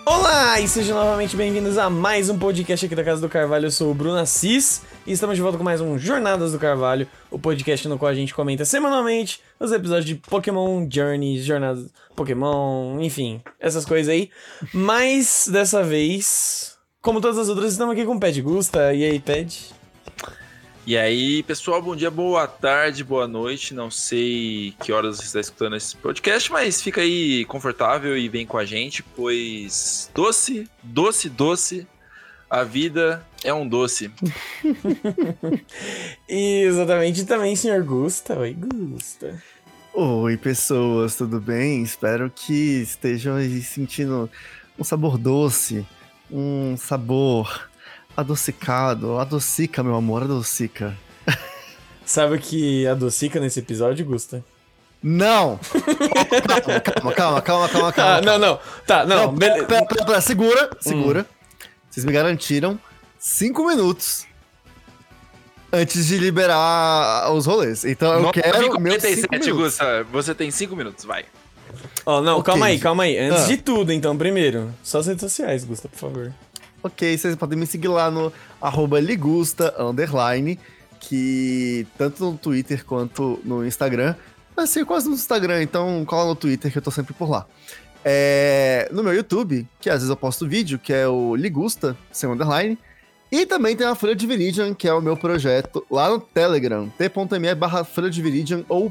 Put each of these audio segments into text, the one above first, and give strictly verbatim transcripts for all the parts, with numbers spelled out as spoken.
Olá e sejam novamente bem-vindos a mais um podcast aqui da Casa do Carvalho. Eu sou o Bruno Assis e estamos de volta com mais um Jornadas do Carvalho, o podcast no qual a gente comenta semanalmente os episódios de Pokémon Journeys, Jornadas Pokémon, enfim, essas coisas aí. Mas dessa vez, como todas as outras, estamos aqui com o Ped Gusta. E aí, Ped? E aí, pessoal, bom dia, boa tarde, boa noite. Não sei que horas você está escutando esse podcast, mas fica aí confortável e vem com a gente, pois doce, doce, doce, a vida é um doce. Exatamente, e também, senhor Gusta. Oi, Gusta. Oi, pessoas, tudo bem? Espero que estejam aí sentindo um sabor doce, um sabor adocicado. Adocica, meu amor, adocica. Sabe o que adocica nesse episódio, Gusta? Não! Calma, calma, calma, calma, calma. Ah, não, não. Tá, não. não beleza. pera, pera, pera, segura, segura. Hum. Vocês me garantiram cinco minutos antes de liberar os rolês. Então eu quero meus cinco minutos. Gusta, você tem cinco minutos, vai. Ó, oh, não, okay. calma aí, calma aí. Antes ah. de tudo, então, primeiro, só as redes sociais, Gusta, por favor. Ok, vocês podem me seguir lá no arroba ligusta, underline, que tanto no Twitter quanto no Instagram, mas sei quase no Instagram, então cola no Twitter que eu tô sempre por lá. É, no meu YouTube, que às vezes eu posto vídeo, que é o Ligusta, sem underline, e também tem a Folha de Viridian, que é o meu projeto lá no Telegram, t.me barra Folha de Viridian ou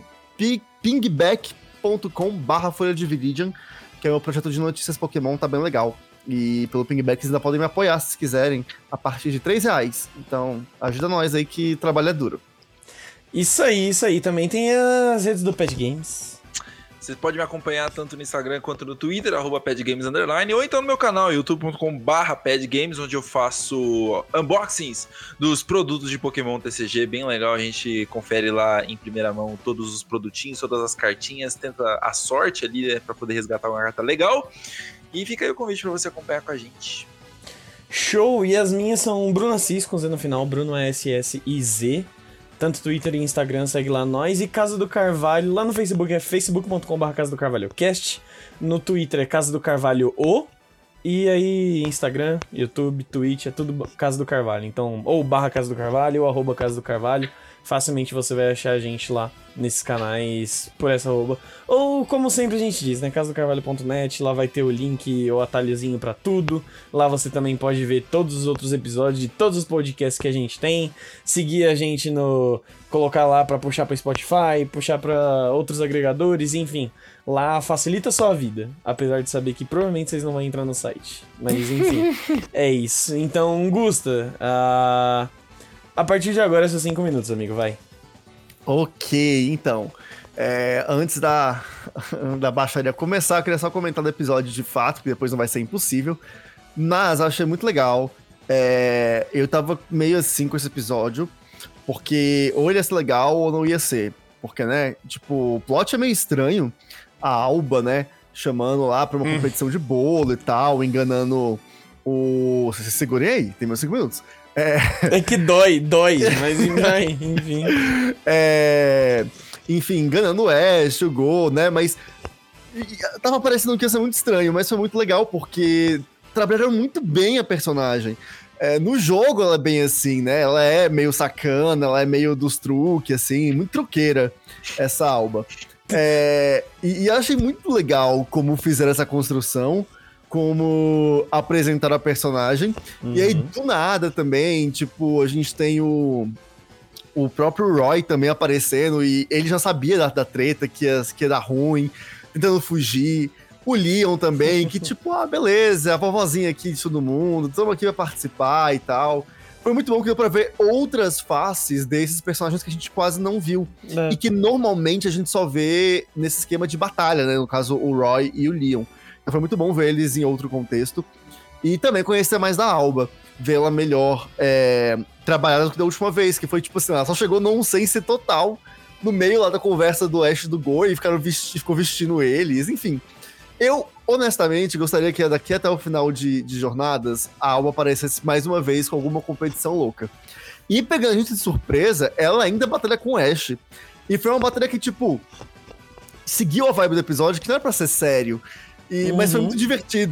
pingback.com barra Folha de Viridian, que é o meu projeto de notícias Pokémon, tá bem legal. E pelo Pingback vocês ainda podem me apoiar se quiserem, a partir de três reais. Então, ajuda nós aí que trabalho é duro. Isso aí, isso aí. Também tem as redes do Ped Games. Vocês podem me acompanhar tanto no Instagram quanto no Twitter, arroba pedgames underline, ou então no meu canal, youtube ponto com barra pedgames, onde eu faço unboxings dos produtos de Pokémon T C G, bem legal, a gente confere lá em primeira mão todos os produtinhos, todas as cartinhas, tenta a sorte ali, né, pra poder resgatar uma carta legal. E fica aí o convite pra você acompanhar com a gente. Show! E as minhas são Bruno Assis, com Z no final, Bruno S S I Z. Tanto Twitter e Instagram, segue lá nós. E Casa do Carvalho, lá no Facebook é facebook ponto com barra Casa do Carvalho Cast. No Twitter é Casa do Carvalho O. E aí Instagram, YouTube, Twitch, é tudo Casa do Carvalho. Então, ou barra Casa do Carvalho, ou arroba Casa do Carvalho. Facilmente você vai achar a gente lá nesses canais por essa arroba. Ou, como sempre a gente diz, né? casa do carvalho ponto net, lá vai ter o link ou atalhozinho pra tudo. Lá você também pode ver todos os outros episódios de todos os podcasts que a gente tem. Seguir a gente no... Colocar lá pra puxar pra Spotify, puxar pra outros agregadores, enfim. Lá facilita a sua vida. Apesar de saber que provavelmente vocês não vão entrar no site. Mas, enfim, é isso. Então, Gusta, a... Uh... A partir de agora, são cinco minutos, amigo, vai. Ok, então. É, antes da, da baixaria começar, eu queria só comentar do episódio de fato, que depois não vai ser impossível. Mas eu achei muito legal. É, eu tava meio assim com esse episódio, porque ou ele ia ser legal ou não ia ser. Porque, né, tipo, o plot é meio estranho. A Alba, né, chamando lá pra uma hum. competição de bolo e tal, enganando o... Você segurem aí, tem meus cinco minutos. É... é que dói, dói, mas enfim. É... Enfim, enganando o Ash, o Go, né? Mas tava parecendo que ia ser muito estranho, mas foi muito legal porque trabalharam muito bem a personagem. É, no jogo ela é bem assim, né? Ela é meio sacana, ela é meio dos truques, assim, muito truqueira, essa Alba. É... E, e achei muito legal como fizeram essa construção, como apresentar a personagem. Uhum. E aí, do nada também, tipo, a gente tem o, o próprio Roy também aparecendo, e ele já sabia da, da treta, que ia, que ia dar ruim, tentando fugir. O Leon também, que tipo, ah, beleza, a vovozinha aqui de todo mundo, todo mundo aqui vai participar e tal. Foi muito bom que deu pra ver outras faces desses personagens que a gente quase não viu. É. E que normalmente a gente só vê nesse esquema de batalha, né? No caso, o Roy e o Leon. Então foi muito bom ver eles em outro contexto. E também conhecer mais da Alba. Vê-la melhor é, trabalhada do que da última vez. Que foi tipo assim, ela só chegou no nonsense total no meio lá da conversa do Ash e do Go. E ficaram vesti- ficou vestindo eles. Enfim, eu honestamente gostaria que daqui até o final de, de Jornadas a Alba aparecesse mais uma vez com alguma competição louca. E pegando a gente de surpresa, ela ainda batalha com o Ash. E foi uma batalha que tipo seguiu a vibe do episódio, que não era pra ser sério. E, uhum. Mas foi muito divertido.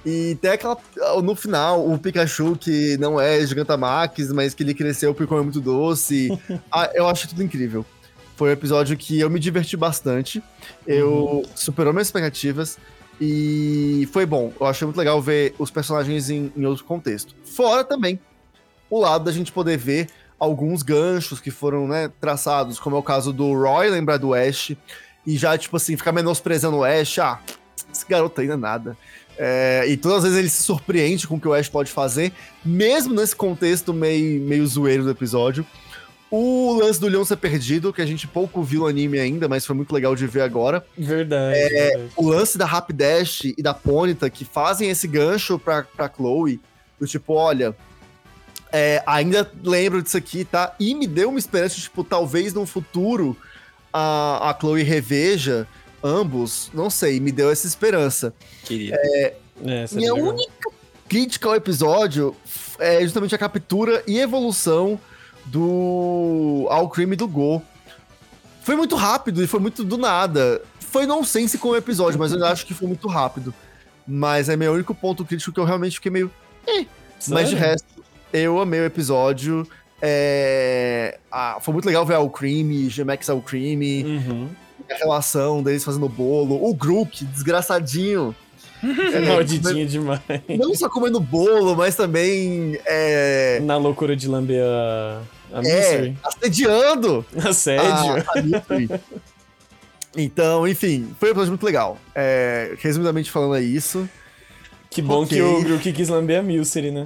E tem aquela. No final, o Pikachu, que não é Gigantamax, mas que ele cresceu porque é muito doce. Ah, eu acho tudo incrível. Foi um episódio que eu me diverti bastante. Eu uhum. superou minhas expectativas. E foi bom. Eu achei muito legal ver os personagens em, em outro contexto. Fora também o lado da gente poder ver alguns ganchos que foram, né, traçados, como é o caso do Roy, lembrar do Ash, e já, tipo assim, ficar menosprezando o Ash. Ah, esse garoto aí não é nada. É, e todas as vezes ele se surpreende com o que o Ash pode fazer, mesmo nesse contexto meio, meio zoeiro do episódio. O lance do Leão ser perdido, que a gente pouco viu no anime ainda, mas foi muito legal de ver agora. Verdade. É, verdade. O lance da Rapidash e da Ponyta, que fazem esse gancho pra, pra Chloe, do tipo, olha, é, ainda lembro disso aqui, tá? E me deu uma esperança, tipo, talvez no futuro a, a Chloe reveja ambos, não sei, me deu essa esperança. Queria. É, É, minha legal. única crítica ao episódio é justamente a captura e evolução do Alcremie e do Go. Foi muito rápido e foi muito do nada. Foi nonsense com o episódio, mas eu acho que foi muito rápido. Mas é meu único ponto crítico que eu realmente fiquei meio... Eh. Mas de resto, eu amei o episódio. É... Ah, foi muito legal ver Alcremie, G-Max Alcremie, Uhum. a relação deles fazendo bolo. O Grook, desgraçadinho. É, malditinho demais. Não só comendo bolo, mas também... É... Na loucura de lamber a, a É, Mystery. assediando Assédio. a, a Mystery. Então, enfim, foi um episódio muito legal. É, resumidamente falando, é isso. Que bom Okay. que o Grook quis lamber a Mystery, né?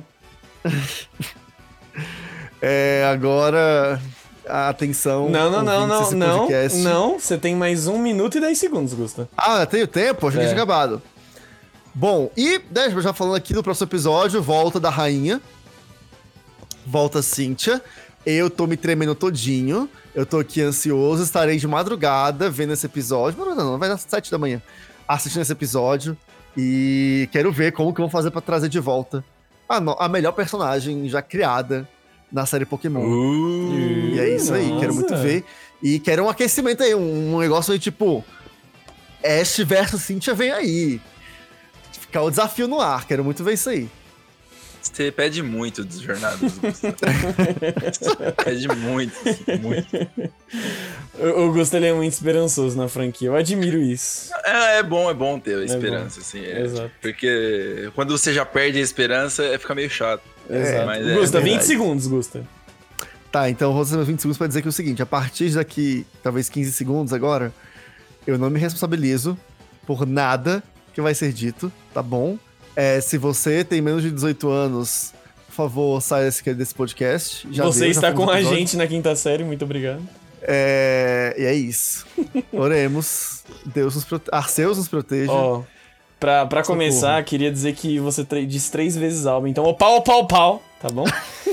É, agora, a atenção. Não, não, não, ouvintes não, desse não, podcast. não. Você tem mais um minuto e dez segundos, Gusta. Ah, tem o tempo? Achei que É. tinha acabado. Bom, e né, já falando aqui do próximo episódio, volta da rainha. Volta Cynthia. Eu tô me tremendo todinho. Eu tô aqui ansioso. Estarei de madrugada vendo esse episódio. Não, não, não. Vai dar sete da manhã. Assistindo esse episódio. E quero ver como que vão fazer pra trazer de volta a, no- a melhor personagem já criada na série Pokémon. Uh, E é isso aí, Nossa. quero muito ver. E quero um aquecimento aí, um, um negócio aí tipo... Ash versus Cynthia vem aí. Ficar o desafio no ar, quero muito ver isso aí. Você pede muito dos jornadas, Gustavo. Pede muito, muito. O, o Gusta, ele é muito esperançoso na franquia. Eu admiro isso. É, é bom, é bom ter a esperança, assim. é. Exato. Porque quando você já perde a esperança, é, fica meio chato. Exato. mas é Gusta, verdade. vinte segundos, Gusta. Tá, então eu vou usar meus vinte segundos pra dizer que é o seguinte, a partir daqui, talvez quinze segundos agora, eu não me responsabilizo por nada que vai ser dito, tá bom? É, se você tem menos de dezoito anos, por favor, saia desse, desse podcast. Já Você deu, já está fomos com no a episódio. gente na quinta série, muito obrigado. É, e é isso. Oremos. Deus nos prote... Arceus nos proteja. Ó, pra, pra começar, queria dizer que você tre- disse três vezes álbum, então, ó, pau, pau, pau, tá bom?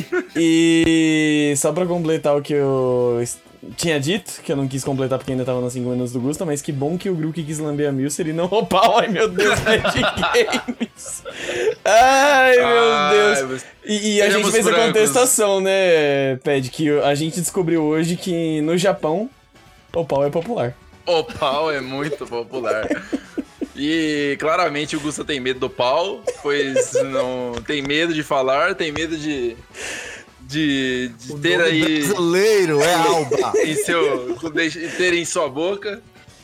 E só pra completar o que eu est- tinha dito, que eu não quis completar porque ainda tava nos cinco minutos do Gusta, mas que bom que o Grook quis lamber a Milcer e não o pau, ai meu Deus, Magic Games. Ai meu Ai, Deus. você- E, e a gente Seremos fez a brancos. contestação, né, Ped, que a gente descobriu hoje que no Japão o pau é popular. O pau é muito popular. E claramente o Gusta tem medo do pau, pois não tem medo de falar, tem medo de, de, de O ter nome aí brasileiro é Alba. em seu, ter em sua boca.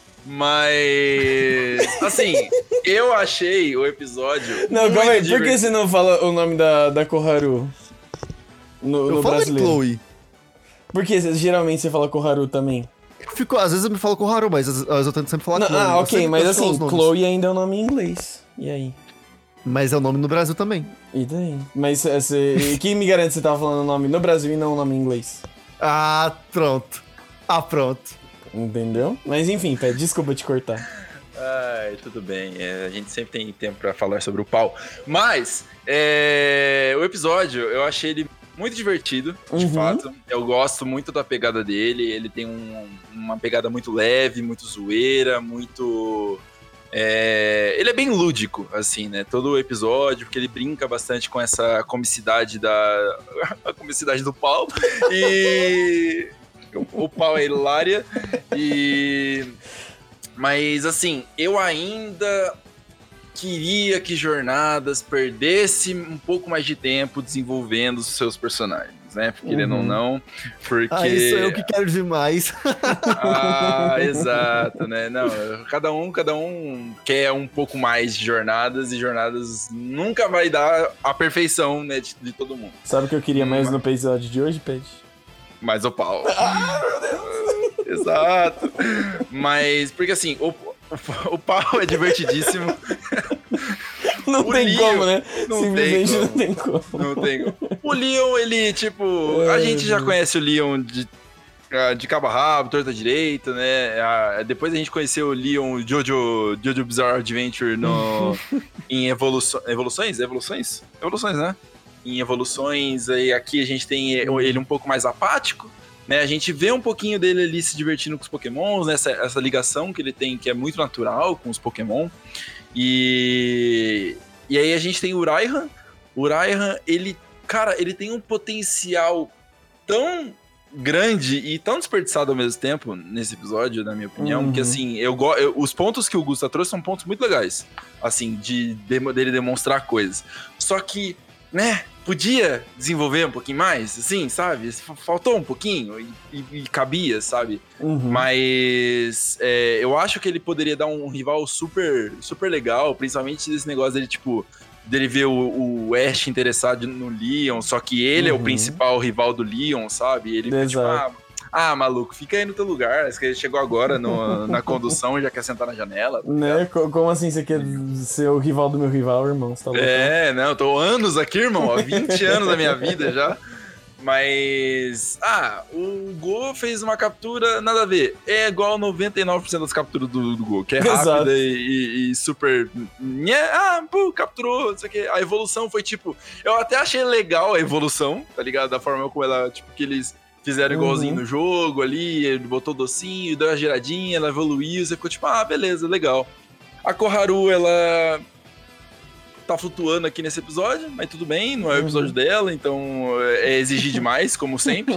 Mas, assim, eu achei o episódio. Não, muito calma aí, por que divertido. você não fala o nome da, da Koharu no, Eu no falo de brasileiro? Chloe. Por que você- geralmente você fala Koharu também? Eu fico, às vezes eu me falo com o Haru, mas às vezes eu tento sempre falar Não, Chloe. ah, Eu ok, sempre mas gosto de falar assim, os nomes. Chloe ainda é o nome em inglês. E aí? Mas é o nome no Brasil também. E daí? Mas é, você, quem me garante que você tava falando o nome no Brasil e não o nome em inglês? Ah, pronto. Ah, pronto. Entendeu? Mas enfim, Pé, desculpa te cortar. Ai, tudo bem. É, a gente sempre tem tempo pra falar sobre o pau. Mas, é, o episódio, eu achei ele muito divertido, de Uhum. fato. Eu gosto muito da pegada dele. Ele tem um- uma pegada muito leve, muito zoeira, muito... é, ele é bem lúdico, assim, né? Todo o episódio, porque ele brinca bastante com essa comicidade da... a comicidade do pau. E... o, o pau é hilária. E... Mas, assim, eu ainda queria que Jornadas perdesse um pouco mais de tempo desenvolvendo os seus personagens, né? Querendo Uhum. ou não, porque... Ah, isso eu que quero demais. Ah, exato, né? Não, cada um, cada um quer um pouco mais de Jornadas, e Jornadas nunca vai dar a perfeição, né, de, de todo mundo. Sabe o que eu queria mais no episódio de hoje, Pede? Mas o pau. Ah, meu Deus! Exato. Mas, porque assim, o, o, o pau é divertidíssimo. Não O tem Leon, como, né? não Simplesmente tem não como. tem como. Não tem como. O Leon, ele, tipo... A Ai, gente já Deus. conhece o Leon de, ah, de cabo a rabo, torta direita, né? Ah, depois a gente conheceu o Leon Jojo, Jojo Bizarre Adventure no, em evoluço, evoluções? Evoluções? Evoluções, né? Em evoluções, aí aqui a gente tem ele um pouco mais apático, né? A gente vê um pouquinho dele ali se divertindo com os pokémons, né? Essa, essa ligação que ele tem, que é muito natural com os pokémon. E, e aí a gente tem o Raihan. O Raihan, ele, cara, ele tem um potencial tão grande e tão desperdiçado ao mesmo tempo nesse episódio, na minha opinião, Uhum. que assim, eu, go- eu os pontos que o Gusta trouxe são pontos muito legais, assim, de, de dele demonstrar coisas. Só que, né, podia desenvolver um pouquinho mais, assim, sabe? Faltou um pouquinho e, e- e cabia, sabe? Uhum. Mas é, eu acho que ele poderia dar um rival super, super legal, principalmente desse negócio dele, tipo, dele ver o, o Ash interessado no Leon, só que ele é o Uhum. principal rival do Leon, sabe? Ele fica tipo, ah, Exato. ah, maluco, fica aí no teu lugar, acho que ele chegou agora no- na condução e já quer sentar na janela. tá ligado? Né? Co- Como assim você quer ser o rival do meu rival, irmão? Você tá louco? É, não, eu tô anos aqui, irmão, ó, vinte anos da minha vida já. Mas, ah, o Go fez uma captura, nada a ver. É igual noventa e nove por cento das capturas do, do Go, que é Exato. rápida e, e- e super... Nhé, ah, pô, capturou, não sei o quê. A evolução foi tipo... Eu até achei legal a evolução, tá ligado? Da forma como ela, tipo, que eles fizeram igualzinho Uhum. no jogo ali, ele botou docinho, deu uma giradinha, ela evoluiu, você ficou tipo, ah, beleza, legal. A Koharu, ela... tá flutuando aqui nesse episódio, mas tudo bem, não é o episódio Uhum. dela, então é exigir demais, como sempre.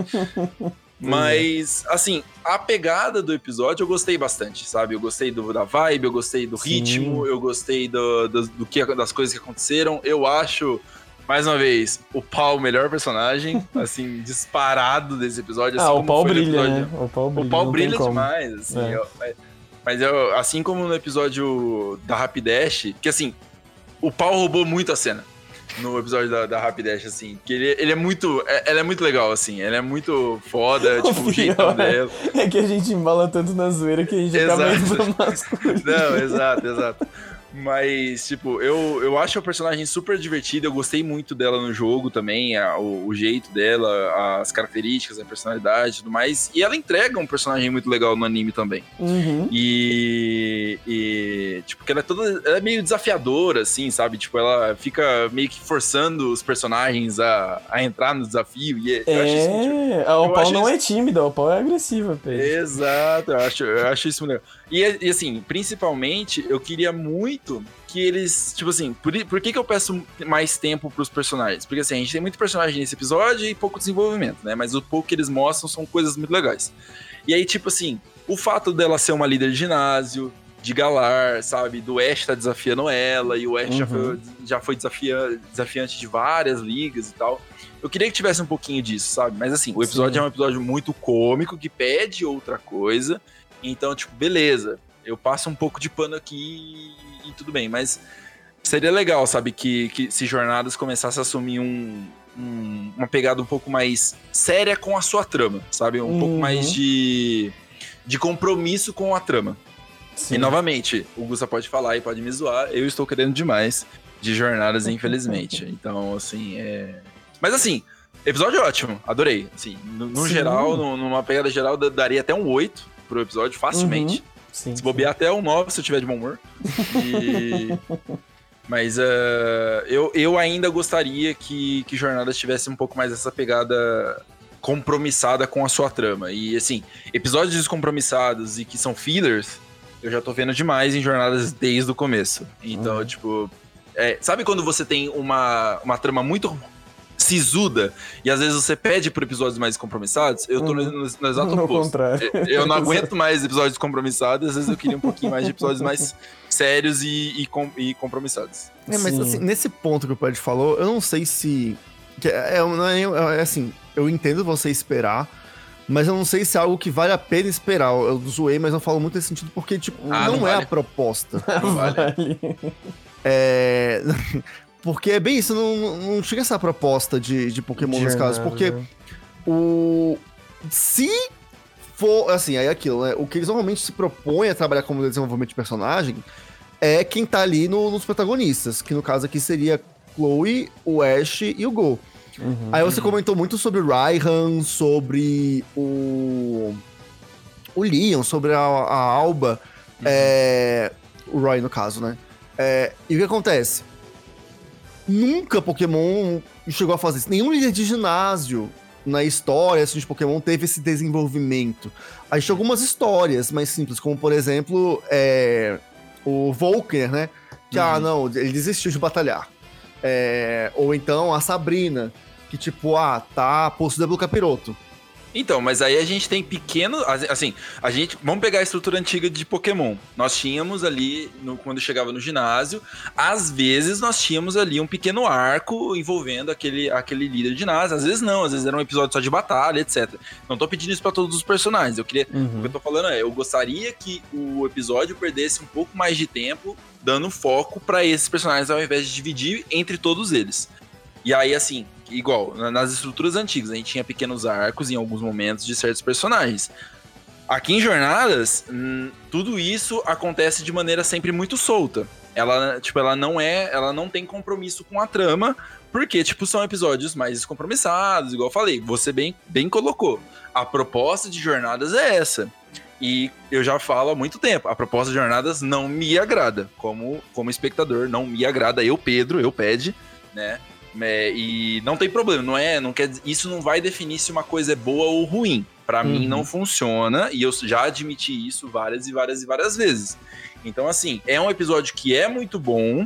Mas, assim, a pegada do episódio eu gostei bastante, sabe? Eu gostei do, da vibe, eu gostei do Sim. ritmo, eu gostei do, do, do que, das coisas que aconteceram. Eu acho, mais uma vez, o Paul o melhor personagem, assim, disparado desse episódio. Assim Ah, o como pau foi no brilha, episódio- né? O pau brilha. o pau não tem brilha como. demais, assim. É. eu- mas- mas eu, assim como no episódio da Rapidash, que assim, o pau roubou muito a cena. No episódio da, da Rapidash, assim. Que ele, ele é muito. é- Ela é muito legal, assim. Ela é muito foda, tipo, o jeitão dela. É que a gente embala tanto na zoeira que a gente acaba Exato. indo pra umas coisas. Não, exato, exato. Mas, tipo, eu, eu acho a personagem super divertida. Eu gostei muito dela no jogo também. a- o, o jeito dela, as características, a personalidade e tudo mais. E ela entrega um personagem muito legal no anime também. Uhum. E, e, tipo, que ela é toda. Ela é meio desafiadora, assim, sabe? Tipo, ela fica meio que forçando os personagens a, a entrar no desafio. E é- eu acho isso muito. É, a eu Opal acho não isso- é tímida, a Opal é agressiva, Pedro. Exato, eu acho, eu acho isso muito legal. E, e assim, principalmente, eu queria muito que eles, tipo assim, por, i- por que que eu peço mais tempo pros personagens? Porque assim, a gente tem muito personagem nesse episódio e pouco desenvolvimento, né? Mas o pouco que eles mostram são coisas muito legais. E aí, tipo assim, o fato dela ser uma líder de ginásio, de Galar, sabe? Do Ash tá desafiando ela, e o Ash já foi, Uhum. já foi desafia, desafiante de várias ligas e tal. Eu queria que tivesse um pouquinho disso, sabe? Mas assim, o episódio Sim. é um episódio muito cômico, que pede outra coisa. Então, tipo, beleza, eu passo um pouco de pano aqui e, e tudo bem. Mas seria legal, sabe? Que, que se Jornadas começasse a assumir um, um- uma pegada um pouco mais séria com a sua trama, sabe? Um pouco Uhum. mais de, de compromisso com a trama. Sim. E novamente, o Gusta pode falar e pode me zoar, eu estou querendo demais de Jornadas, infelizmente. Então, assim, é... Mas assim, episódio ótimo, adorei. Assim, no, no Sim. geral, no- numa pegada geral, eu daria até um oito pro episódio, facilmente. Uhum. Sim, Se bobear até um nove se eu tiver de bom humor. E... Mas eh, eu, eu ainda gostaria que, que Jornadas tivesse um pouco mais essa pegada compromissada com a sua trama. E assim, episódios descompromissados e que são fillers, eu já tô vendo demais em Jornadas desde o começo. Então, Uhum. tipo, é, sabe quando você tem uma, uma trama muito sisuda, e às vezes você pede por episódios mais compromissados, eu tô no, no, no exato No oposto. contrário. Eu não aguento mais episódios compromissados, às vezes eu queria um pouquinho mais de episódios mais sérios e, e, com, e compromissados. É, mas Sim. assim, nesse ponto que o Pad falou, eu não sei se... que É, é, não é, é assim, eu entendo você esperar, mas eu não sei se é algo que vale a pena esperar. Eu zoei, mas eu falo muito nesse sentido porque, tipo, Ah, não, não é vale. a proposta. Não vale. É... Porque é bem isso, não, não chega essa proposta de, de Pokémon nesse caso, porque o... Se for, assim, aí é aquilo, né? O que eles normalmente se propõem a trabalhar como desenvolvimento de personagem é quem tá ali no- nos protagonistas, que no caso aqui seria Chloe, o Ash e o Go. Uhum. Aí você comentou muito sobre o Raihan, sobre o... o Leon, sobre a, a Alba, é... o Roy no caso, né? É... E o que acontece? Nunca Pokémon chegou a fazer isso. Nenhum líder de ginásio na história assim, de Pokémon teve esse desenvolvimento. A gente tem algumas histórias mais simples, como por exemplo, é... o Volker, né? Que, Uhum. ah, não, ele desistiu de batalhar. É... Ou então a Sabrina, que tipo, ah, tá possuída pelo Capiroto. Então, mas aí a gente tem pequeno, assim, a gente, vamos pegar a estrutura antiga de Pokémon. Nós tínhamos ali, no- quando chegava no ginásio, às vezes nós tínhamos ali um pequeno arco envolvendo aquele, aquele líder de ginásio, às vezes não, às vezes era um episódio só de batalha, etcétera. Não tô pedindo isso pra todos os personagens, eu queria, Uhum. o que eu tô falando é, eu gostaria que o episódio perdesse um pouco mais de tempo, dando foco pra esses personagens ao invés de dividir entre todos eles. E aí, assim, igual, na- nas estruturas antigas, a gente tinha pequenos arcos em alguns momentos de certos personagens. Aqui em Jornadas, hum, tudo isso acontece de maneira sempre muito solta. Ela, tipo, ela não é, ela não tem compromisso com a trama, porque, tipo, são episódios mais descompromissados, igual eu falei, você bem, bem colocou. A proposta de Jornadas é essa. E eu já falo há muito tempo, a proposta de Jornadas não me agrada. Como, como espectador, não me agrada. Eu, Pedro, eu Pede, né? É, e não tem problema, não é, não quer, isso não vai definir se uma coisa é boa ou ruim. Pra Uhum. mim não funciona e eu já admiti isso várias e várias e várias vezes. Então assim, é um episódio que é muito bom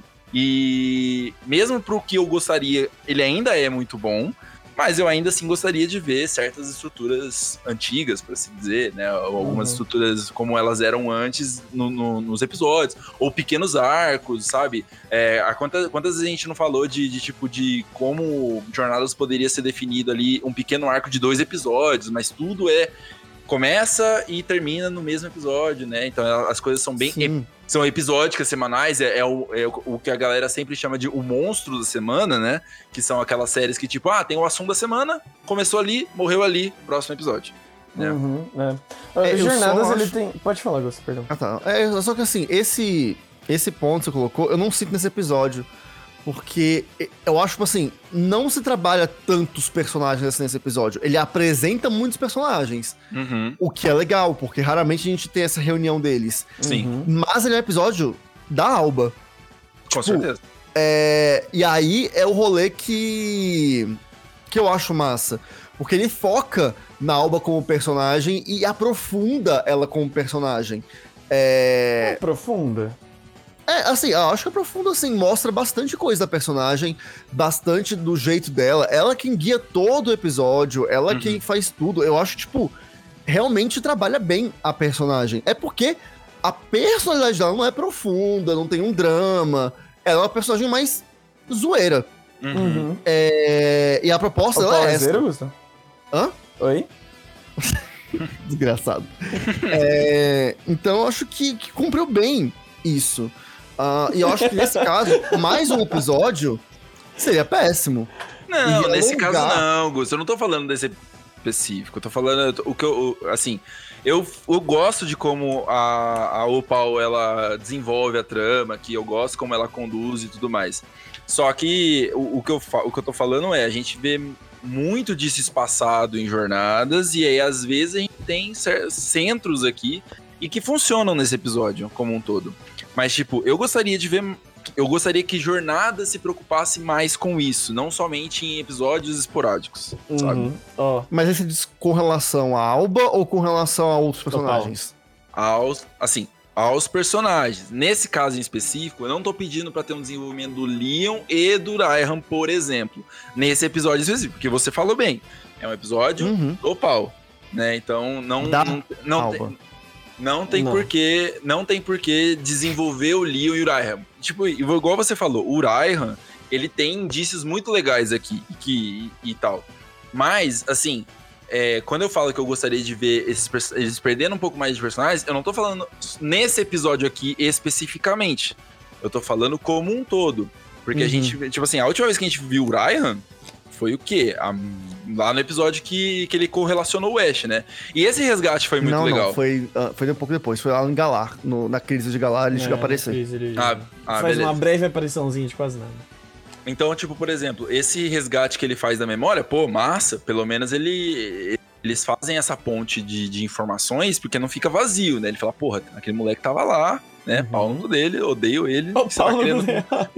e mesmo pro que eu gostaria, ele ainda é muito bom, mas eu ainda assim gostaria de ver certas estruturas antigas, por assim dizer, né? Ou algumas Uhum. estruturas como elas eram antes no- no- nos episódios, ou pequenos arcos, sabe? É, a quantas, quantas vezes a gente não falou de, de tipo de como Jornadas poderia ser definido ali um pequeno arco de dois episódios, mas tudo é começa e termina no mesmo episódio, né? Então ela- as coisas são bem Sim. são episódicas, semanais, é, é o, é o o que a galera sempre chama de o monstro da semana, né? Que são aquelas séries que, tipo, ah, tem o assunto da semana, começou ali, morreu ali, próximo episódio. né? Uhum, é. É, eu Jornadas, só ele acho- tem... Pode falar, Augusto, perdão. Ah, tá. É, só que assim, esse, esse ponto que você colocou, eu não sinto nesse episódio. Porque eu acho, tipo assim, não se trabalha tantos personagens assim nesse episódio. Ele apresenta muitos personagens. Uhum. O que é legal, porque raramente a gente tem essa reunião deles. Sim, Uhum. Mas ele é um episódio da Alba. com Tipo, certeza. É, e aí é o rolê que, que eu acho massa. Porque ele foca na Alba como personagem e aprofunda ela como personagem. É, É profunda. é, assim, eu acho que aprofunda, assim, mostra bastante coisa da personagem, bastante do jeito dela. Ela quem guia todo o episódio, ela Uhum. quem faz tudo. Eu acho, tipo, realmente trabalha bem a personagem. É porque a personalidade dela não é profunda, não tem um drama. Ela é uma personagem mais zoeira. Uhum. Uhum. É, e a proposta O dela é paulezeiro, essa. Augusto? Hã? Oi? Desgraçado. É, então eu acho que, que cumpriu bem isso. Ah, e eu acho que nesse caso, mais um episódio seria péssimo. Não, E nesse alongar- caso não, Gusto. Eu não tô falando desse específico. Eu tô falando o que eu, o- assim, eu, eu gosto de como a, a Opal ela desenvolve a trama, que eu gosto como ela conduz e tudo mais. Só que o, o que eu, fa- o que eu tô falando é, a gente vê muito disso espaçado em jornadas, e aí às vezes a gente tem cer- centros aqui e que funcionam nesse episódio como um todo. Mas, tipo, eu gostaria de ver. Eu gostaria que Jornada se preocupasse mais com isso, não somente em episódios esporádicos, sabe? Uhum. Ó, Mas esse diz com relação a Alba ou com relação a outros personagens? Aos, assim, aos personagens. Nesse caso em específico, eu não tô pedindo pra ter um desenvolvimento do Leon e do Ryan, por exemplo. Nesse episódio específico, porque você falou bem. É um episódio Uhum. do pau, né? Então não Da não, não Alba. tem, não tem Não. porquê, não tem porquê desenvolver o Leon e o Ryan. Tipo, igual você falou, o Ryan, ele tem indícios muito legais aqui que e, e tal. Mas assim, É, quando eu falo que eu gostaria de ver esses, eles perdendo um pouco mais de personagens, eu não tô falando nesse episódio aqui especificamente. Eu tô falando como um todo. Porque Uhum. a gente, tipo assim, a última vez que a gente viu o Ryan foi o quê? A- lá no episódio que, que ele correlacionou o Ash, né? E esse resgate foi muito não, legal. não, foi, ah, foi um pouco depois. Foi lá em Galar. no- na crise de Galar, ele É, chegou a aparecer. fez ele- Ah, ah, Faz beleza. uma breve apariçãozinha de quase nada. Então, tipo, por exemplo, esse resgate que ele faz da memória, pô, massa, pelo menos ele... Eles fazem essa ponte de, de informações porque não fica vazio, né? Ele fala, porra, aquele moleque tava lá, né? Uhum. Pau no cu dele, odeio ele. O você tá Paulo querendo...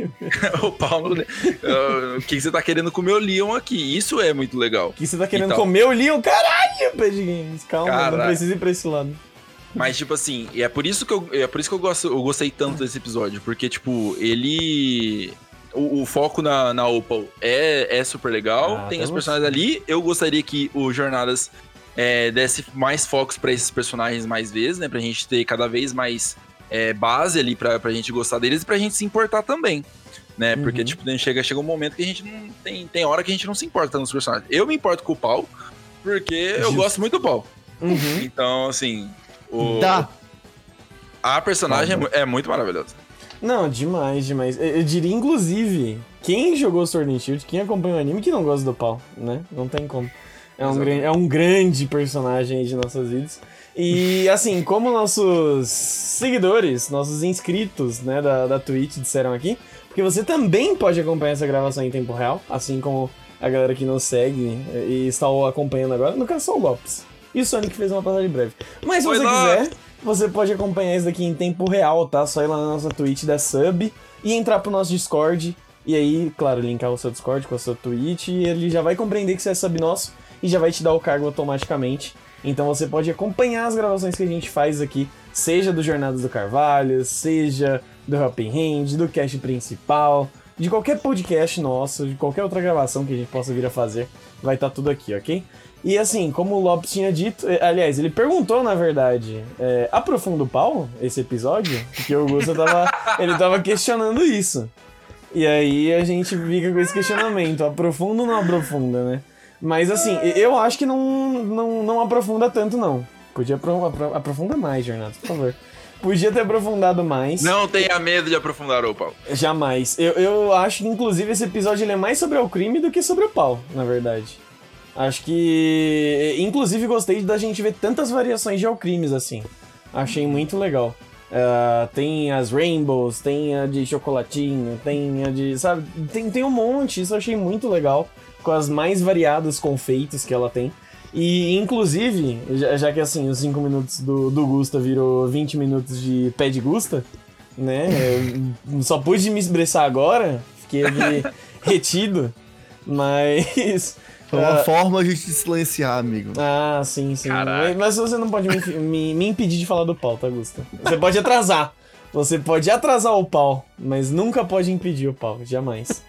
do o pau no cu dele. Uh, O que que você tá querendo comer o Leon aqui? Isso é muito legal. que você tá querendo Então. comer o Leon? Caralho, Pad Games. Calma, não Caralho. precisa ir pra esse lado. Mas, tipo assim, e é por isso que eu, é por isso que eu, gosto, eu gostei tanto desse episódio. Porque, tipo, ele... O, o foco na, na Opal é, é super legal. Ah, tem tá os personagens ali. Eu gostaria que o Jornadas é, desse mais focos pra esses personagens mais vezes, né? Pra gente ter cada vez mais é, base ali pra, pra gente gostar deles e pra gente se importar também. Né? Porque, Uhum. tipo, chega, chega um momento que a gente não... Tem, tem hora que a gente não se importa tanto com os personagens. Eu me importo com o Paul, porque eu Justo. gosto muito do Paul. Uhum. Então, assim... O, Dá. A personagem é mu- é muito maravilhosa. Não, demais, demais. Eu, eu diria, inclusive, quem jogou Sword and Shield, quem acompanha o anime, que não gosta do pau, né? Não tem como. É um, Exatamente. gran- é um grande personagem aí de nossas vidas. E, assim, como nossos seguidores, nossos inscritos, né, da, da Twitch disseram aqui, porque você também pode acompanhar essa gravação em tempo real, assim como a galera que nos segue e está acompanhando agora, no caso só o Lopes. E o Sonic fez uma passagem breve. Mas se Oi, você Lopes! quiser, você pode acompanhar isso daqui em tempo real, tá? Só ir lá na nossa Twitch da sub e entrar pro nosso Discord. E aí, claro, linkar o seu Discord com a sua Twitch e ele já vai compreender que você é sub nosso e já vai te dar o cargo automaticamente. Então você pode acompanhar as gravações que a gente faz aqui, seja do Jornadas do Carvalho, seja do Helping Hand, do cast principal, de qualquer podcast nosso, de qualquer outra gravação que a gente possa vir a fazer, vai estar tudo aqui, ok? E assim, como o Lopes tinha dito, eh, aliás, ele perguntou, na verdade, é, aprofunda o pau esse episódio? Porque o Augusto tava, ele tava questionando isso. E aí a gente fica com esse questionamento, aprofunda ou não aprofunda, né? Mas assim, eu acho que não, não, não aprofunda tanto, não. Podia apro apro aprofundar mais, Jornadas, por favor. Podia ter aprofundado mais. Não tenha medo de aprofundar o Paulo. Jamais. Eu, eu acho que, inclusive, esse episódio ele é mais sobre o crime do que sobre o pau, na verdade. Acho que... Inclusive, gostei da gente ver tantas variações de alcrimes, assim. Achei muito legal. Uh, tem as Rainbows, tem a de chocolatinho, tem a de... Sabe? Tem, tem um monte, isso eu achei muito legal. Com as mais variados confeitos que ela tem. E, inclusive, já, já que, assim, os cinco minutos do, do Gusta virou vinte minutos de pé de Gusta, né? Eu só pude me expressar agora, fiquei aqui retido, mas... Foi uma ah, forma de te silenciar, amigo. Ah, sim, sim. Caraca. Mas você não pode me, me, me impedir de falar do pau, tá, Gusta? Você pode atrasar. Você pode atrasar o pau, mas nunca pode impedir o pau, jamais.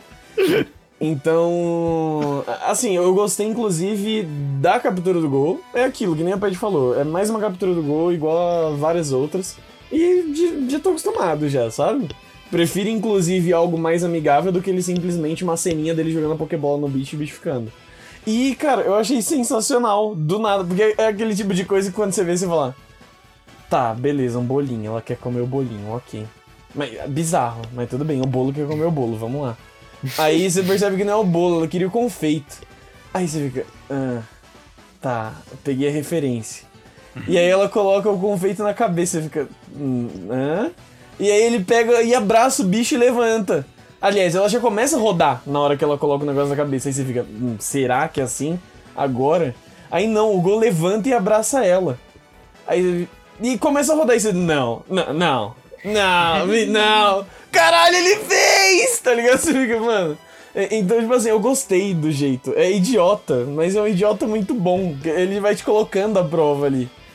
Então, assim, eu gostei inclusive da captura do gol. É aquilo que nem a Ped falou, é mais uma captura do gol igual a várias outras. E já, já tô acostumado já, sabe? Prefiro inclusive algo mais amigável do que ele simplesmente uma ceninha dele jogando a Pokébola no bicho e o bicho ficando. E, cara, eu achei sensacional, do nada, porque é aquele tipo de coisa que quando você vê, você fala, tá, beleza, um bolinho, ela quer comer o bolinho, ok. Mas, bizarro, mas tudo bem, o bolo quer comer o bolo, vamos lá. Aí você percebe que não é o bolo, ela queria o confeito. Aí você fica, ah, tá, eu peguei a referência. E aí ela coloca o confeito na cabeça, você fica, hum, hã? E aí ele pega e abraça o bicho e levanta. Aliás, ela já começa a rodar na hora que ela coloca o negócio na cabeça. Aí você fica, hum, será que é assim? Agora? Aí não, o Gol levanta e abraça ela. Aí, e começa a rodar e você, não, não, não, não, não. Caralho, ele fez! Tá ligado? Você fica, mano... Então, tipo assim, eu gostei do jeito. É idiota, mas é um idiota muito bom. Ele vai te colocando a prova ali.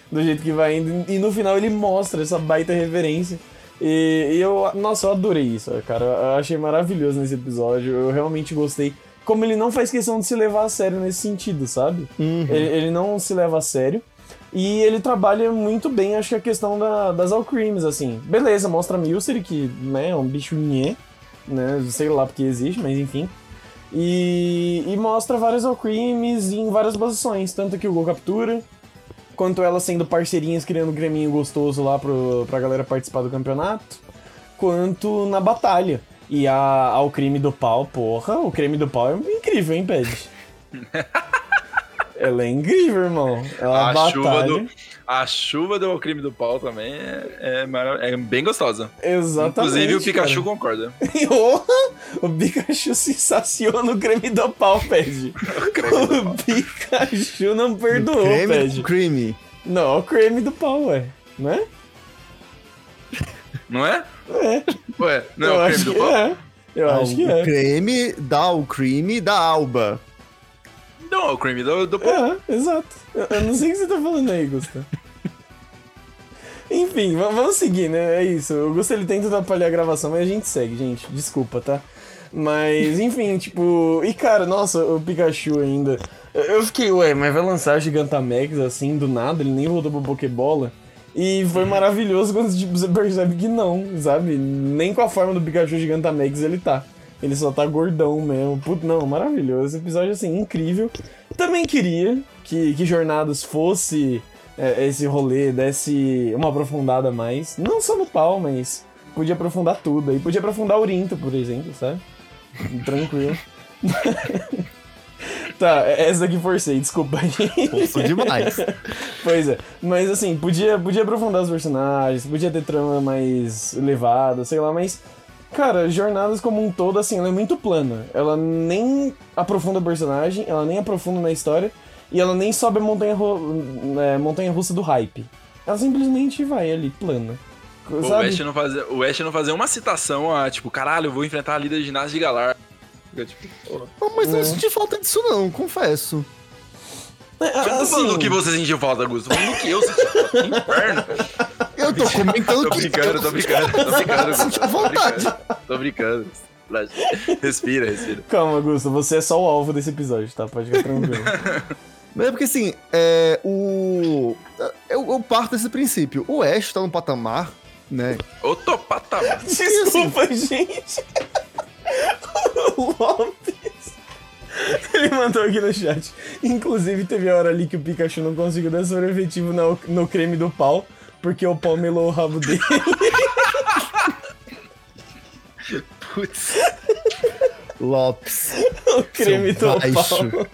do jeito que vai indo. E no final ele mostra essa baita referência. E, e eu, nossa, eu adorei isso, cara. Eu achei maravilhoso nesse episódio. Eu realmente gostei. Como ele não faz questão de se levar a sério nesse sentido, sabe? Uhum. Ele, ele não se leva a sério. E ele trabalha muito bem, acho que a questão da, das Alcreams, assim. Beleza, mostra a Milcery, que né, é um bicho nhé, né? Sei lá porque existe, mas enfim. E, e mostra várias Alcreams em várias posições. Tanto que o Gol captura, quanto elas sendo parceirinhas, criando um creminho gostoso lá pro, pra galera participar do campeonato. Quanto na batalha. E a, ao creme do pau, porra, o creme do pau é incrível, hein, Ped? Ela é incrível, irmão. Ela A batalha. chuva do A chuva do creme do pau também é, é, marav- é bem gostosa. Exatamente. Inclusive o Pikachu cara. concorda. O Pikachu se saciou no creme do pau, Ped. O, o Pikachu não perdoou, Creme Ped. do creme. Não, o creme do pau, ué. Não é? Não é? É. Ué, não Eu é o acho creme do que pau? é. Eu Ah, acho que o é. creme da o creme da Alba. Não, é o creme do, do pau. É, exato. Eu, eu não sei o que você tá falando aí, Gustavo. Enfim, v- vamos seguir, né? É isso. O Gustavo ele tenta atrapalhar a gravação, mas a gente segue, gente. Desculpa, tá? Mas, enfim, tipo... E, cara, nossa, o Pikachu ainda... Eu eu fiquei, ué, mas vai lançar Gigantamax assim, do nada? Ele nem voltou pra Pokébola? E foi maravilhoso quando tipo, você percebe que não, sabe? Nem com a forma do Pikachu Gigantamax ele tá. Ele só tá gordão mesmo. Puto, não, maravilhoso. Esse episódio, assim, incrível. Também queria que, que Jornadas fosse é, esse rolê, desse uma aprofundada a mais. Não só no pau, mas podia aprofundar tudo. Aí podia aprofundar o Rinto, por exemplo, sabe? Tranquilo. Tá, essa daqui forcei, desculpa, gente. Forçou demais. Pois é, mas assim, podia, podia aprofundar os personagens, podia ter trama mais elevada, sei lá, mas... Cara, Jornadas como um todo, assim, ela é muito plana. Ela nem aprofunda o personagem, ela nem aprofunda na história, e ela nem sobe a montanha, ru- é, montanha russa do hype. Ela simplesmente vai ali, plana. Pô, o Sabe? Ash não fazer, o Ash não fazer uma citação a, tipo, caralho, eu vou enfrentar a líder de ginásio de Galar. Fica, tipo, pô. Não, mas não É. senti falta disso não, confesso. É, Eu não tô falando assim, do que você sentiu falta, Augusto. Tô falando do que eu senti falta. Que inferno. Eu tô comentando Tô que... brincando, tô brincando, tô brincando, Augusto. Senti vontade. Tô brincando. Respira, respira. Calma, Augusto, você é só o alvo desse episódio, tá? Pode ficar tranquilo. Mas é porque assim, é, o... Eu, eu parto desse princípio. O Ash tá num patamar, né? Outro patamar. Desculpa, gente. O Lopes. Ele mandou aqui no chat. Inclusive, teve a hora ali que o Pikachu não conseguiu dar sobrevetivo no, no creme do pau, porque o pau melou o rabo dele. Putz. Lopes. O creme Seu do baixo. pau.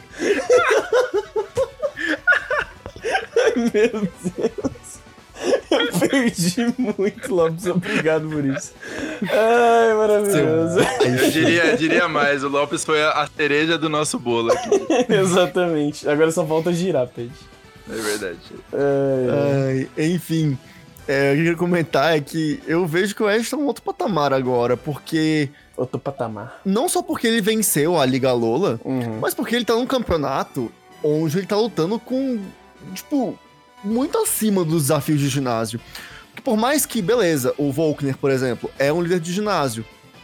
Ai, meu Deus. Eu perdi muito, Lopes. Obrigado por isso. Ai, maravilhoso. Eu diria, diria mais, o Lopes foi a, a cereja do nosso bolo aqui. Exatamente. Agora só falta girar, Pede. É verdade. Ai, Ai, enfim, é, o que eu queria comentar é que eu vejo que o Ash tá num outro patamar agora, porque... outro patamar. Não só porque ele venceu a Liga Lola, Uhum. mas porque ele tá num campeonato onde ele tá lutando com, tipo, muito acima dos desafios de ginásio. Porque por mais que, beleza, o Volkner, por exemplo, é um líder de ginásio.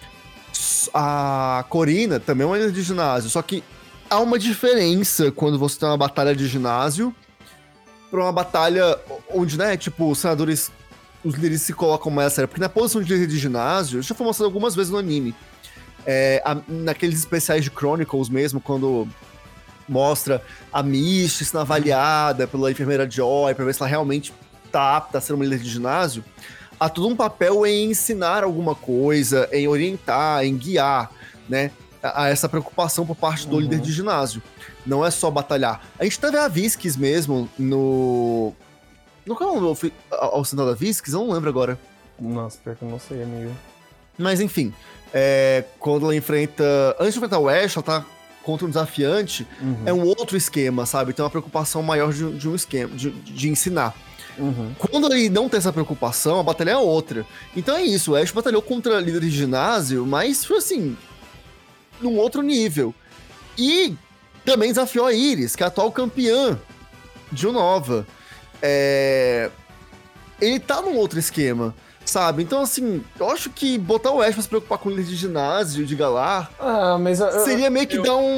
A Corina também é uma líder de ginásio, só que há uma diferença quando você tem uma batalha de ginásio pra uma batalha onde, né, tipo, os senadores, os líderes se colocam mais a sério. Porque na posição de líder de ginásio, já foi mostrado algumas vezes no anime, é, a, naqueles especiais de Chronicles mesmo, quando mostra a Misty sendo avaliada pela enfermeira Joy, pra ver se ela realmente tá apta a ser uma líder de ginásio, há todo um papel em ensinar alguma coisa, em orientar, em guiar, né, a, a essa preocupação por parte do Uhum. líder de ginásio. Não é só batalhar. A gente teve a Visques mesmo no... No qual é o nome ao sinal da Visques? Eu não lembro agora. Nossa, pior que eu não sei, amigo. Mas enfim, é, quando ela enfrenta... Antes de enfrentar o Ash, ela tá contra um desafiante, Uhum. é um outro esquema, sabe? Tem uma preocupação maior de, de um esquema, de, de ensinar. Uhum. Quando ele não tem essa preocupação, a batalha é outra. Então é isso, o Ash batalhou contra líderes de ginásio, mas foi assim, num outro nível. E também desafiou a Iris, que é a atual campeã de Unova. é... ele tá num outro esquema, sabe? Então, assim, eu acho que botar o Ash pra se preocupar com líder de ginásio, de Galar, Ah, mas... eu- eu- seria meio que eu- dar um...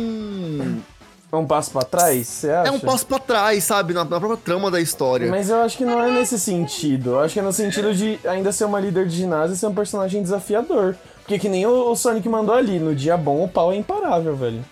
um... É um passo pra trás, você acha? É um passo pra trás, sabe? Na, na própria trama da história. Mas eu acho que não é nesse sentido. Eu acho que é no sentido de ainda ser uma líder de ginásio e ser um personagem desafiador. Porque que nem o o Sonic mandou ali, no dia bom o pau é imparável, velho.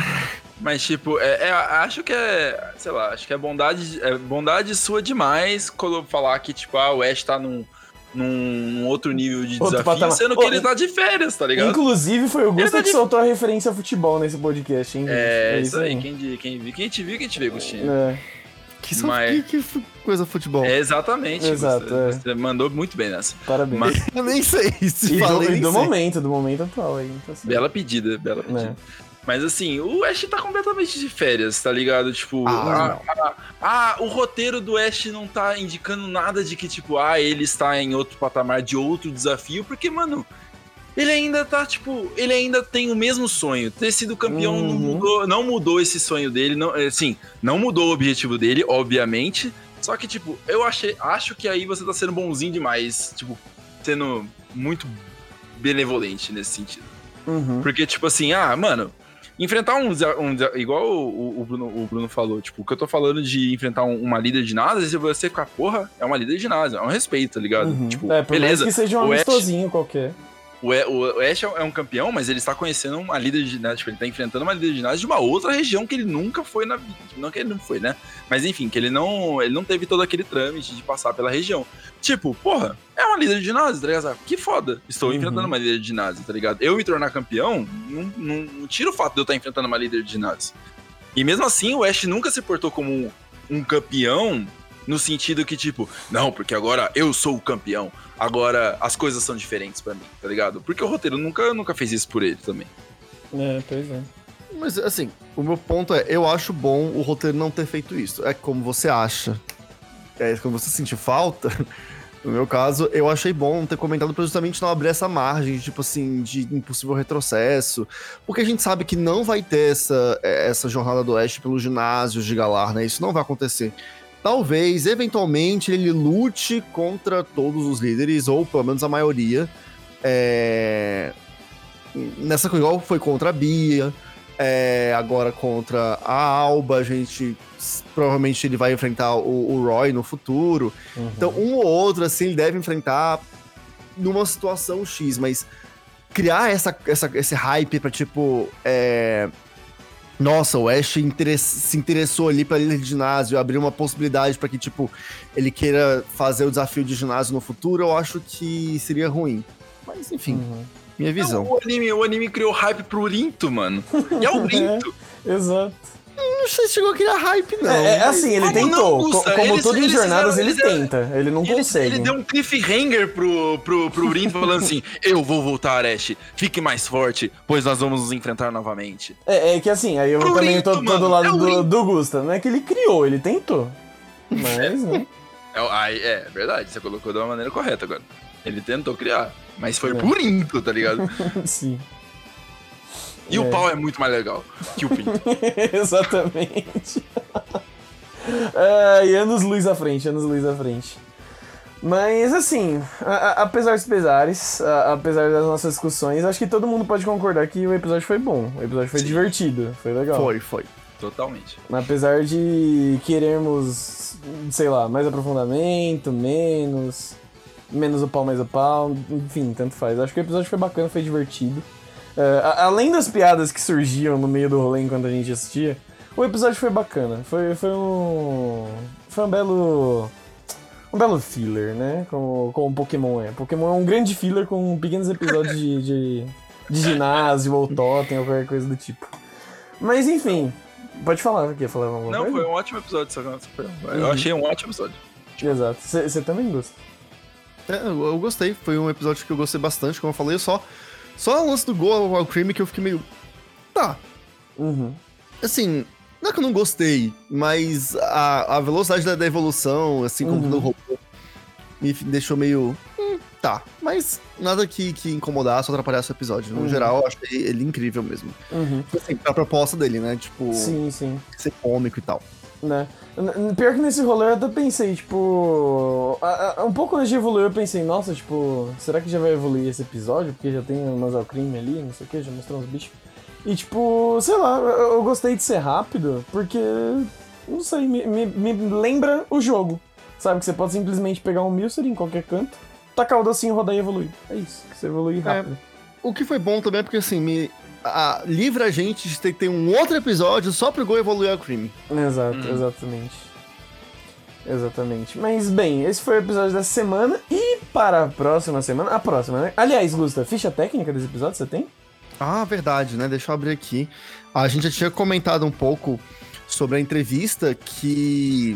Mas, tipo, é, é- acho que é, sei lá, acho que é bondade, é bondade sua demais quando falar que, tipo, ah, o Ash tá num, num, num outro nível de Outro desafio, patamar. sendo Ô, que ele in- tá de férias, tá ligado? Inclusive foi o Gusta tá que de- soltou a referência a futebol nesse podcast, hein? gente? É, isso aí, quem, di- quem, vi- quem te viu, quem te vê, Agostinho. É. Que, só, Mas- que, que fu- coisa futebol. É, exatamente. Exato, você, é. você mandou muito bem nessa. Parabéns. Mas- Eu nem sei se E do, falei, e nem do sei. momento, do momento atual aí. Tá certo. Bela pedida, bela pedida. Mas assim, o Ash tá completamente de férias, tá ligado? Tipo, Ah. ah, ah, ah, o roteiro do Ash não tá indicando nada de que, tipo, ah, ele está em outro patamar de outro desafio, porque, mano, ele ainda tá, tipo, ele ainda tem o mesmo sonho. Ter sido campeão não, Uhum. mudou, não mudou esse sonho dele, não, assim, não mudou o objetivo dele, obviamente. Só que, tipo, eu achei, acho que aí você tá sendo bonzinho demais, tipo, sendo muito benevolente nesse sentido. Uhum. Porque, tipo assim, ah, mano, enfrentar um, desa- um desa- igual o, o, Bruno, o Bruno falou, tipo, o que eu tô falando de enfrentar um- uma líder de ginásio, se você ficar, porra, é uma líder de ginásio, é um respeito, tá ligado? Uhum. Tipo, É, por beleza, mais que seja um o Ash- amistosinho qualquer. o, E- o, o Ash é um campeão, mas ele está conhecendo uma líder de ginásio, tipo, ele tá enfrentando uma líder de ginásio de uma outra região que ele nunca foi na vida, não que ele não foi, né? Mas enfim, que ele não, ele não teve todo aquele trâmite de passar pela região. Tipo, porra, é uma líder de ginásio, tá ligado? Que foda, estou Uhum. enfrentando uma líder de ginásio, tá ligado? Eu me tornar campeão, não, não, não tira o fato de eu estar enfrentando uma líder de ginásio. E mesmo assim, o Ash nunca se portou como um, um campeão no sentido que, tipo, não, porque agora eu sou o campeão. Agora as coisas são diferentes pra mim, tá ligado? Porque o roteiro nunca, nunca fez isso por ele também. É, pois é. Mas, assim, o meu ponto é, eu acho bom o roteiro não ter feito isso. É como você acha. É como você sentir falta. No meu caso, eu achei bom não ter comentado pra justamente não abrir essa margem, tipo assim, de impossível retrocesso. Porque a gente sabe que não vai ter essa, essa jornada do Ash pelos ginásios de Galar, né? Isso não vai acontecer. Talvez, eventualmente, ele lute contra todos os líderes, ou pelo menos a maioria. É... Nessa igual foi contra a Bia, é... agora contra a Alba, a gente provavelmente ele vai enfrentar o, o Roy no futuro. Uhum. Então, um ou outro, assim, ele deve enfrentar numa situação X, mas criar essa, essa, esse hype pra, tipo, é... nossa, o Ash interess- se interessou ali pra líder de ginásio, abriu uma possibilidade pra que, tipo, ele queira fazer o desafio de ginásio no futuro, eu acho que seria ruim. Mas, enfim, Uhum. minha visão. Não, o, anime, o anime criou hype pro Rinto, mano. E é o Rinto. Exato. Não sei se chegou a criar hype, não. É, é assim, ele Como tentou. não, Co- Gusta? como Eles- tudo em eles jornadas, fizeram- ele eles fizeram- tenta. Ele não Ele, consegue. ele deu um cliffhanger pro, pro, pro Rinto falando assim: eu vou voltar, Ash. Fique mais forte, pois nós vamos nos enfrentar novamente. É, é que assim, aí eu Pro também Rinto, tô, tô mano, do lado é o do, Rinto. do Gusta. Não é que ele criou, ele tentou. Mas, né? É, aí, é verdade, você colocou de uma maneira correta agora. Ele tentou criar, mas foi É. pro Rinto, tá ligado? Sim. E É. o pau é muito mais legal que o pinto. Exatamente. É, e anos luz à frente, anos luz à frente. Mas assim, a- a- apesar dos pesares, a- apesar das nossas discussões, acho que todo mundo pode concordar que o episódio foi bom. O episódio foi Sim. divertido, foi legal. Foi, foi. Totalmente. Apesar de querermos, sei lá, mais aprofundamento, menos, menos o pau, mais o pau, enfim, tanto faz. Acho que o episódio foi bacana, foi divertido. É, a- além das piadas que surgiam no meio do rolê enquanto a gente assistia, o episódio foi bacana. Foi, foi um. Foi um belo. Um belo filler, né? Como, como o Pokémon é. Pokémon é um grande filler com pequenos episódios de, de, de ginásio ou totem ou qualquer coisa do tipo. Mas enfim, pode falar, quer falar alguma Não, coisa? foi um ótimo episódio. Só que- foi- Eu Uhum. achei um ótimo episódio. Exato. Você também gosta. É, eu, eu gostei, foi um episódio que eu gostei bastante, como eu falei, eu só. Só o lance do gol ao crime que eu fiquei meio. Tá. Uhum. Assim, não é que eu não gostei, mas a, a velocidade da, da evolução, assim como Uhum. do robô, me f- deixou meio. Hum, tá. Mas nada que, que incomodasse ou atrapalhasse o episódio. No Uhum. geral, eu achei ele incrível mesmo. Uhum. Assim, a proposta dele, né? Tipo, Sim, sim. ser cômico e tal. Né? Pior que nesse rolê eu até pensei, tipo... A, a, um pouco antes de evoluir eu pensei, nossa, tipo... Será que já vai evoluir esse episódio? Porque já tem umas alcrime ali, não sei o que, já mostrou uns bichos. E tipo, sei lá, eu, eu gostei de ser rápido, porque... Não sei, me, me, me lembra o jogo. Sabe, que você pode simplesmente pegar um Milcery em qualquer canto, tacar o docinho, rodar e evoluir. É isso, que você evolui rápido. É, o que foi bom também é porque, assim, me... A, livra a gente de ter que ter um outro episódio só pro Go evoluir a Cream. Exato, hum. exatamente. Exatamente. Mas, bem, esse foi o episódio dessa semana. E para a próxima semana... A próxima, né? Aliás, Gusta, ficha técnica desse episódio você tem? Ah, verdade, né? Deixa eu abrir aqui. A gente já tinha comentado um pouco sobre a entrevista que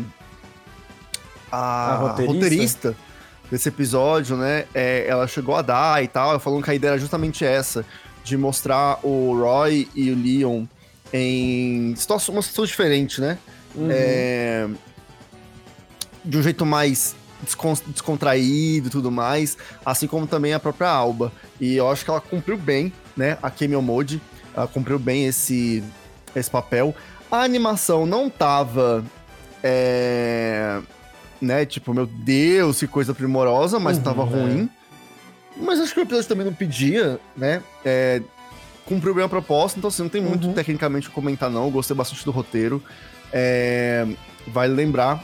a, a roteirista? roteirista desse episódio, né? É, ela chegou a dar e tal. Ela falou que a ideia era justamente essa, de mostrar o Roy e o Leon em situação, uma situação diferente, né? Uhum. É, de um jeito mais descon- descontraído e tudo mais, assim como também a própria Alba. E eu acho que ela cumpriu bem, né? A Cameo Mode, ela cumpriu bem esse, esse papel. A animação não tava... É, né? Tipo, meu Deus, que coisa primorosa, mas uhum, não tava ruim. É. Mas acho que o episódio também não pedia, né? É, cumpriu bem a proposta, então assim, não tem muito uhum. tecnicamente o que comentar, não. Eu gostei bastante do roteiro. É, vale lembrar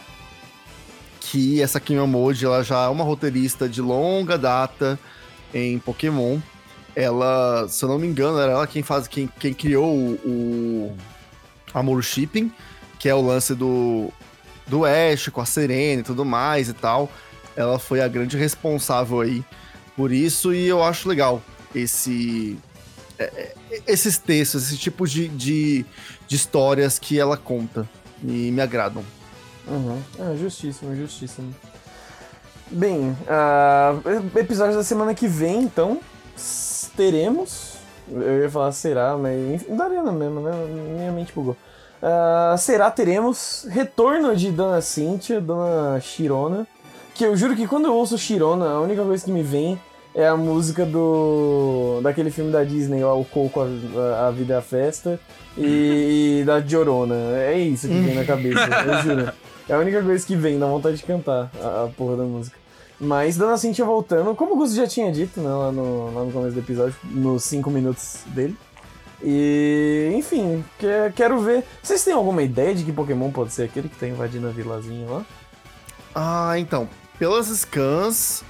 que essa Cameo Mode, ela já é uma roteirista de longa data em Pokémon. Ela, se eu não me engano, era ela quem, faz, quem, quem criou o, o Amor Shipping, que é o lance do, do Ash com a Serena e tudo mais e tal. Ela foi a grande responsável aí por isso, e eu acho legal esse, é, esses textos, esse tipo de, de, de histórias que ela conta, e me agradam. Uhum. É, justíssimo, justíssimo. Bem, uh, episódio da semana que vem, então, teremos, eu ia falar será, mas não daria na mesma, né? Minha mente bugou. Uh, será, teremos retorno de Dona Cynthia, Dona Sirona. Que eu juro que quando eu ouço Sirona, a única coisa que me vem é a música do daquele filme da Disney, lá, o Coco, a, a Vida é a Festa, e, e da Llorona. É isso que vem na cabeça, eu juro. É a única coisa que vem, dá vontade de cantar a, a porra da música. Mas Dona Cynthia voltando, como o Gus já tinha dito, né, lá, no, lá no começo do episódio, nos cinco minutos dele. E, enfim, que, quero ver... Vocês têm alguma ideia de que Pokémon pode ser aquele que tá invadindo a vilazinha lá? Ah, então... Pelas scans,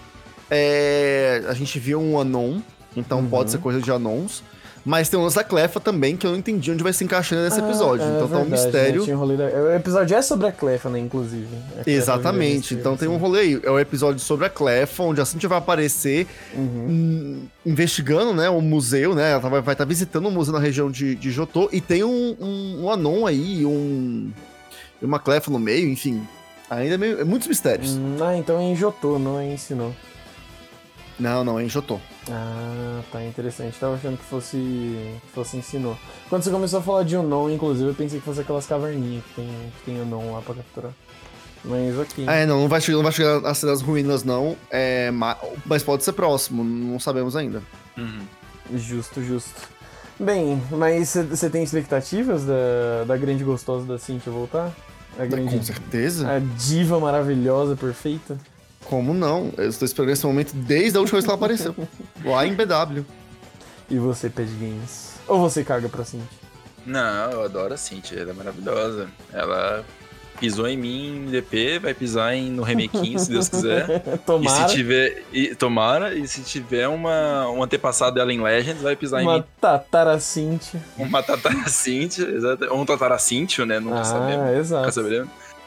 é, a gente viu um Anon, então uhum. pode ser coisa de Anons. Mas tem o lance da Cleffa também, que eu não entendi onde vai se encaixando nesse ah, episódio. É, então verdade, tá um mistério. Né? Um rolê da... O episódio é sobre a Cleffa, né, inclusive. A Exatamente, então tem um rolê aí. É o episódio sobre a Cleffa, onde a Cynthia vai aparecer uhum. hum, investigando, né, o museu, né? Ela vai estar tá visitando o museu na região de, de Johto. E tem um, um, um Anon aí, um, uma Cleffa no meio, enfim... Ainda é, meio, é muitos mistérios. Hum, ah, então é em Johto, não é em Sinnoh. Não, não, é em Johto. Ah, tá interessante. Tava achando que fosse, que fosse em Sinnoh. Quando você começou a falar de Unon, inclusive, eu pensei que fosse aquelas caverninhas que tem, que tem Unon lá pra capturar. Mas ok. Ah, é, não, não vai chegar, não vai chegar a ser das ruínas, não. É, mas pode ser próximo, não sabemos ainda. Uhum. Justo, justo. Bem, mas você tem expectativas da, da grande gostosa da Cynthia voltar? A grande, com certeza. A diva maravilhosa, perfeita. Como não? Eu estou esperando esse momento desde a última vez que ela apareceu. Lá em B W. E você, Pad Games? Ou você caga pra Cynthia? Não, eu adoro a Cynthia, ela é maravilhosa. Ela pisou em mim em D P, vai pisar em, no remequinho, se Deus quiser. Tomara. E se tiver, e, tomara, e se tiver uma, um antepassado dela em Legends, vai pisar uma em mim. Uma Tatara Cynthia. Uma Tatara Cynthia, exato. Ou um Tatara Cynthia, né? Nunca ah, sabemos. Exato. Nunca saberemos.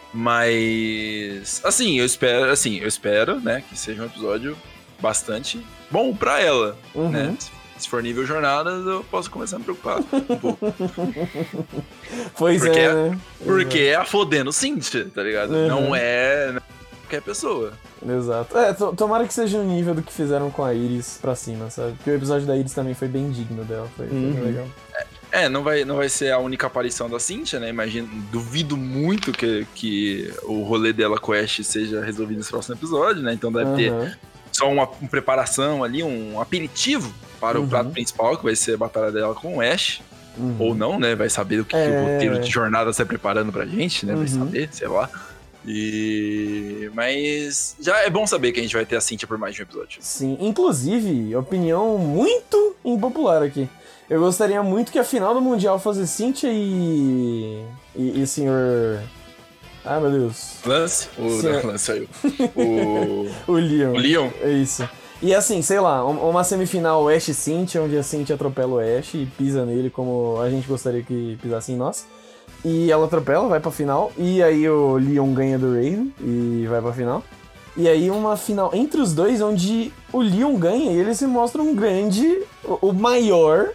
Mas, assim, eu espero, assim, eu espero, né, que seja um episódio bastante bom pra ela, uhum. né? Se for nível jornadas, eu posso começar a me preocupar um pouco. Pois porque é, né? Porque é a fodendo Cynthia, tá ligado? Uhum. Não é não é qualquer pessoa. Exato. É, to- tomara que seja no nível do que fizeram com a Iris pra cima, sabe? Porque o episódio da Iris também foi bem digno dela, foi, foi uhum. legal. É, é, não vai, não vai ser a única aparição da Cynthia, né? Imagino, duvido muito que, que o rolê dela com o Ash seja resolvido nesse próximo episódio, né? Então deve uhum. ter só uma, uma preparação ali, um aperitivo para uhum. o prato principal, que vai ser a batalha dela com o Ash. Uhum. Ou não, né? Vai saber o que, é... que o roteiro de jornada está preparando pra gente, né? Vai uhum. saber, sei lá. E... Mas já é bom saber que a gente vai ter a Cynthia por mais de um episódio. Sim, inclusive, opinião muito impopular aqui. Eu gostaria muito que a final do Mundial fosse Cynthia e... E, e senhor... Ai, meu Deus. Lance? O senhor... Lance saiu. O... o Leon. O Leon? É isso. E assim, sei lá, uma semifinal Ash e Cynthia, onde a Cynthia atropela o Ash e pisa nele como a gente gostaria que pisasse em nós. E ela atropela, vai pra final. E aí o Leon ganha do Raven e vai pra final. E aí uma final entre os dois, onde o Leon ganha e ele se mostra um grande, o maior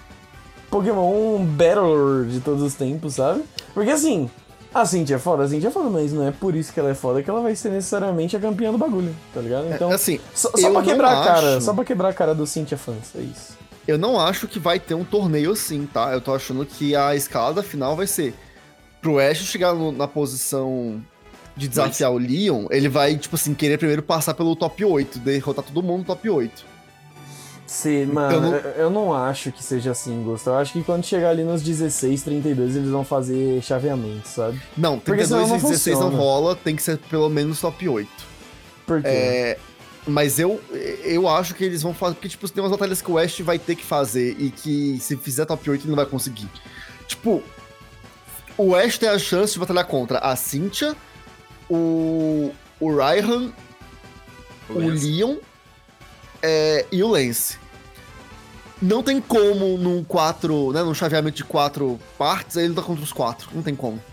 Pokémon Battler de todos os tempos, sabe? Porque assim, a Cynthia é foda, a Cynthia é foda, mas não é por isso que ela é foda que ela vai ser necessariamente a campeã do bagulho, tá ligado? Então, é, assim, só, só pra quebrar a cara, acho... só pra quebrar a cara do Cynthia fans, é isso. Eu não acho que vai ter um torneio assim, tá? Eu tô achando que a escalada final vai ser pro Ash chegar no, na posição de desafiar Mas... o Leon, ele vai, tipo assim, querer primeiro passar pelo top oito, derrotar todo mundo no top oito. Sim, mano, eu não... eu não acho que seja assim, Gusto. Eu acho que quando chegar ali nos dezesseis, trinta e dois, eles vão fazer chaveamento, sabe? Não, trinta e dois e dezesseis não rola, tem que ser pelo menos top oito. Por quê? É... Mas eu, eu acho que eles vão fazer... Porque, tipo, tem umas batalhas que o Ash vai ter que fazer e que se fizer top oito ele não vai conseguir. Tipo, o Ash tem a chance de batalhar contra a Cynthia, o, o Raihan, o, o Leon é, e o Lance. Não tem como num quatro, né, num chaveamento de quatro partes, aí ele luta contra os quatro. Não tem como.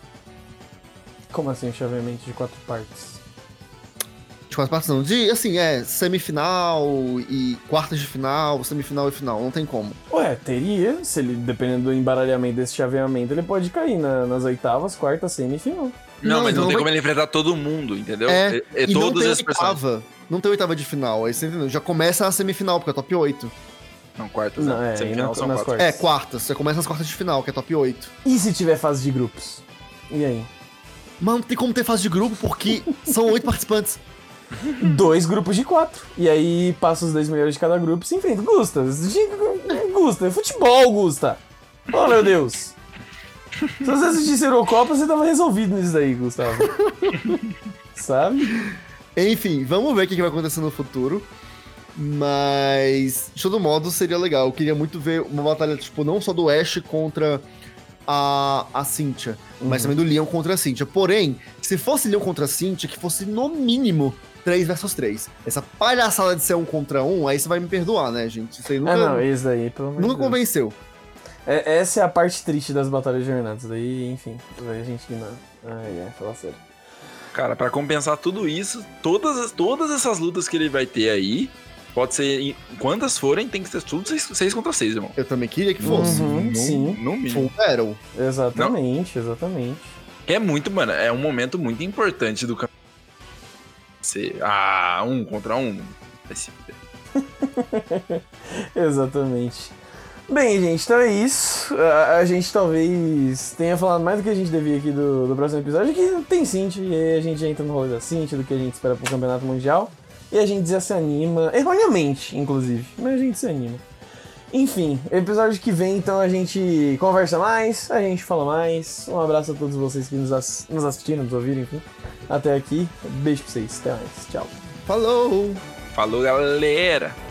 Como assim, chaveamento de quatro partes? De quatro partes não, de, assim, é, semifinal e quartas de final, semifinal e final, não tem como. Ué, teria, se ele, dependendo do embaralhamento desse chaveamento, ele pode cair na, nas oitavas, quartas, semifinal. Não, não mas não, não tem vai... como ele enfrentar todo mundo, entendeu? É, é, é e todos não tem esses oitava, não tem oitava de final, aí você entendeu? Já começa a semifinal, porque é top oito. Não, quartas, não, é, é, semifinal não, são nas quartas. quartas. É, quartas, você começa nas quartas de final, que é top oito. E se tiver fase de grupos? E aí? Mano, não tem como ter fase de grupo, porque são oito participantes. Dois grupos de quatro. E aí passa os dois melhores de cada grupo e se enfrenta. Gusta, Gusta, é futebol, Gusta. Oh, meu Deus. Se você assistisse a Eurocopa, você tava resolvido nisso daí, Gustavo. Sabe? Enfim, vamos ver o que vai acontecer no futuro. Mas, de todo modo, seria legal. Eu queria muito ver uma batalha, tipo, não só do Ash contra a, a Cynthia, uhum. mas também do Leon contra a Cynthia. Porém, se fosse Leon contra a Cynthia, que fosse no mínimo três versus três. Essa palhaçada de ser um contra um, aí você vai me perdoar, né, gente? Isso aí nunca, é, não, isso daí, pelo menos. Nunca convenceu. É, essa é a parte triste das batalhas de jornadas. Daí, enfim, daí a gente ignora. Ai, é, fala sério. Cara, pra compensar tudo isso, todas, todas essas lutas que ele vai ter aí, pode ser, quantas forem, tem que ser tudo seis contra seis, irmão. Eu também queria que fosse. Uhum, no, sim. No mínimo. Full battle. Exatamente, não. exatamente. Que é muito, mano, é um momento muito importante do campeonato. Ser, ah, um contra um. Vai se ver. Exatamente. Bem, gente, então é isso. A, a gente talvez tenha falado mais do que a gente devia aqui do, do próximo episódio, que tem Cynthia, e aí a gente já entra no rolê da Cynthia, do que a gente espera pro Campeonato Mundial, e a gente já se anima, erroneamente, inclusive, mas a gente se anima. Enfim, episódio que vem, então, a gente conversa mais, a gente fala mais. Um abraço a todos vocês que nos, ass- nos assistiram, nos ouviram, enfim. Até aqui, beijo pra vocês, até mais, tchau. Falou! Falou, galera!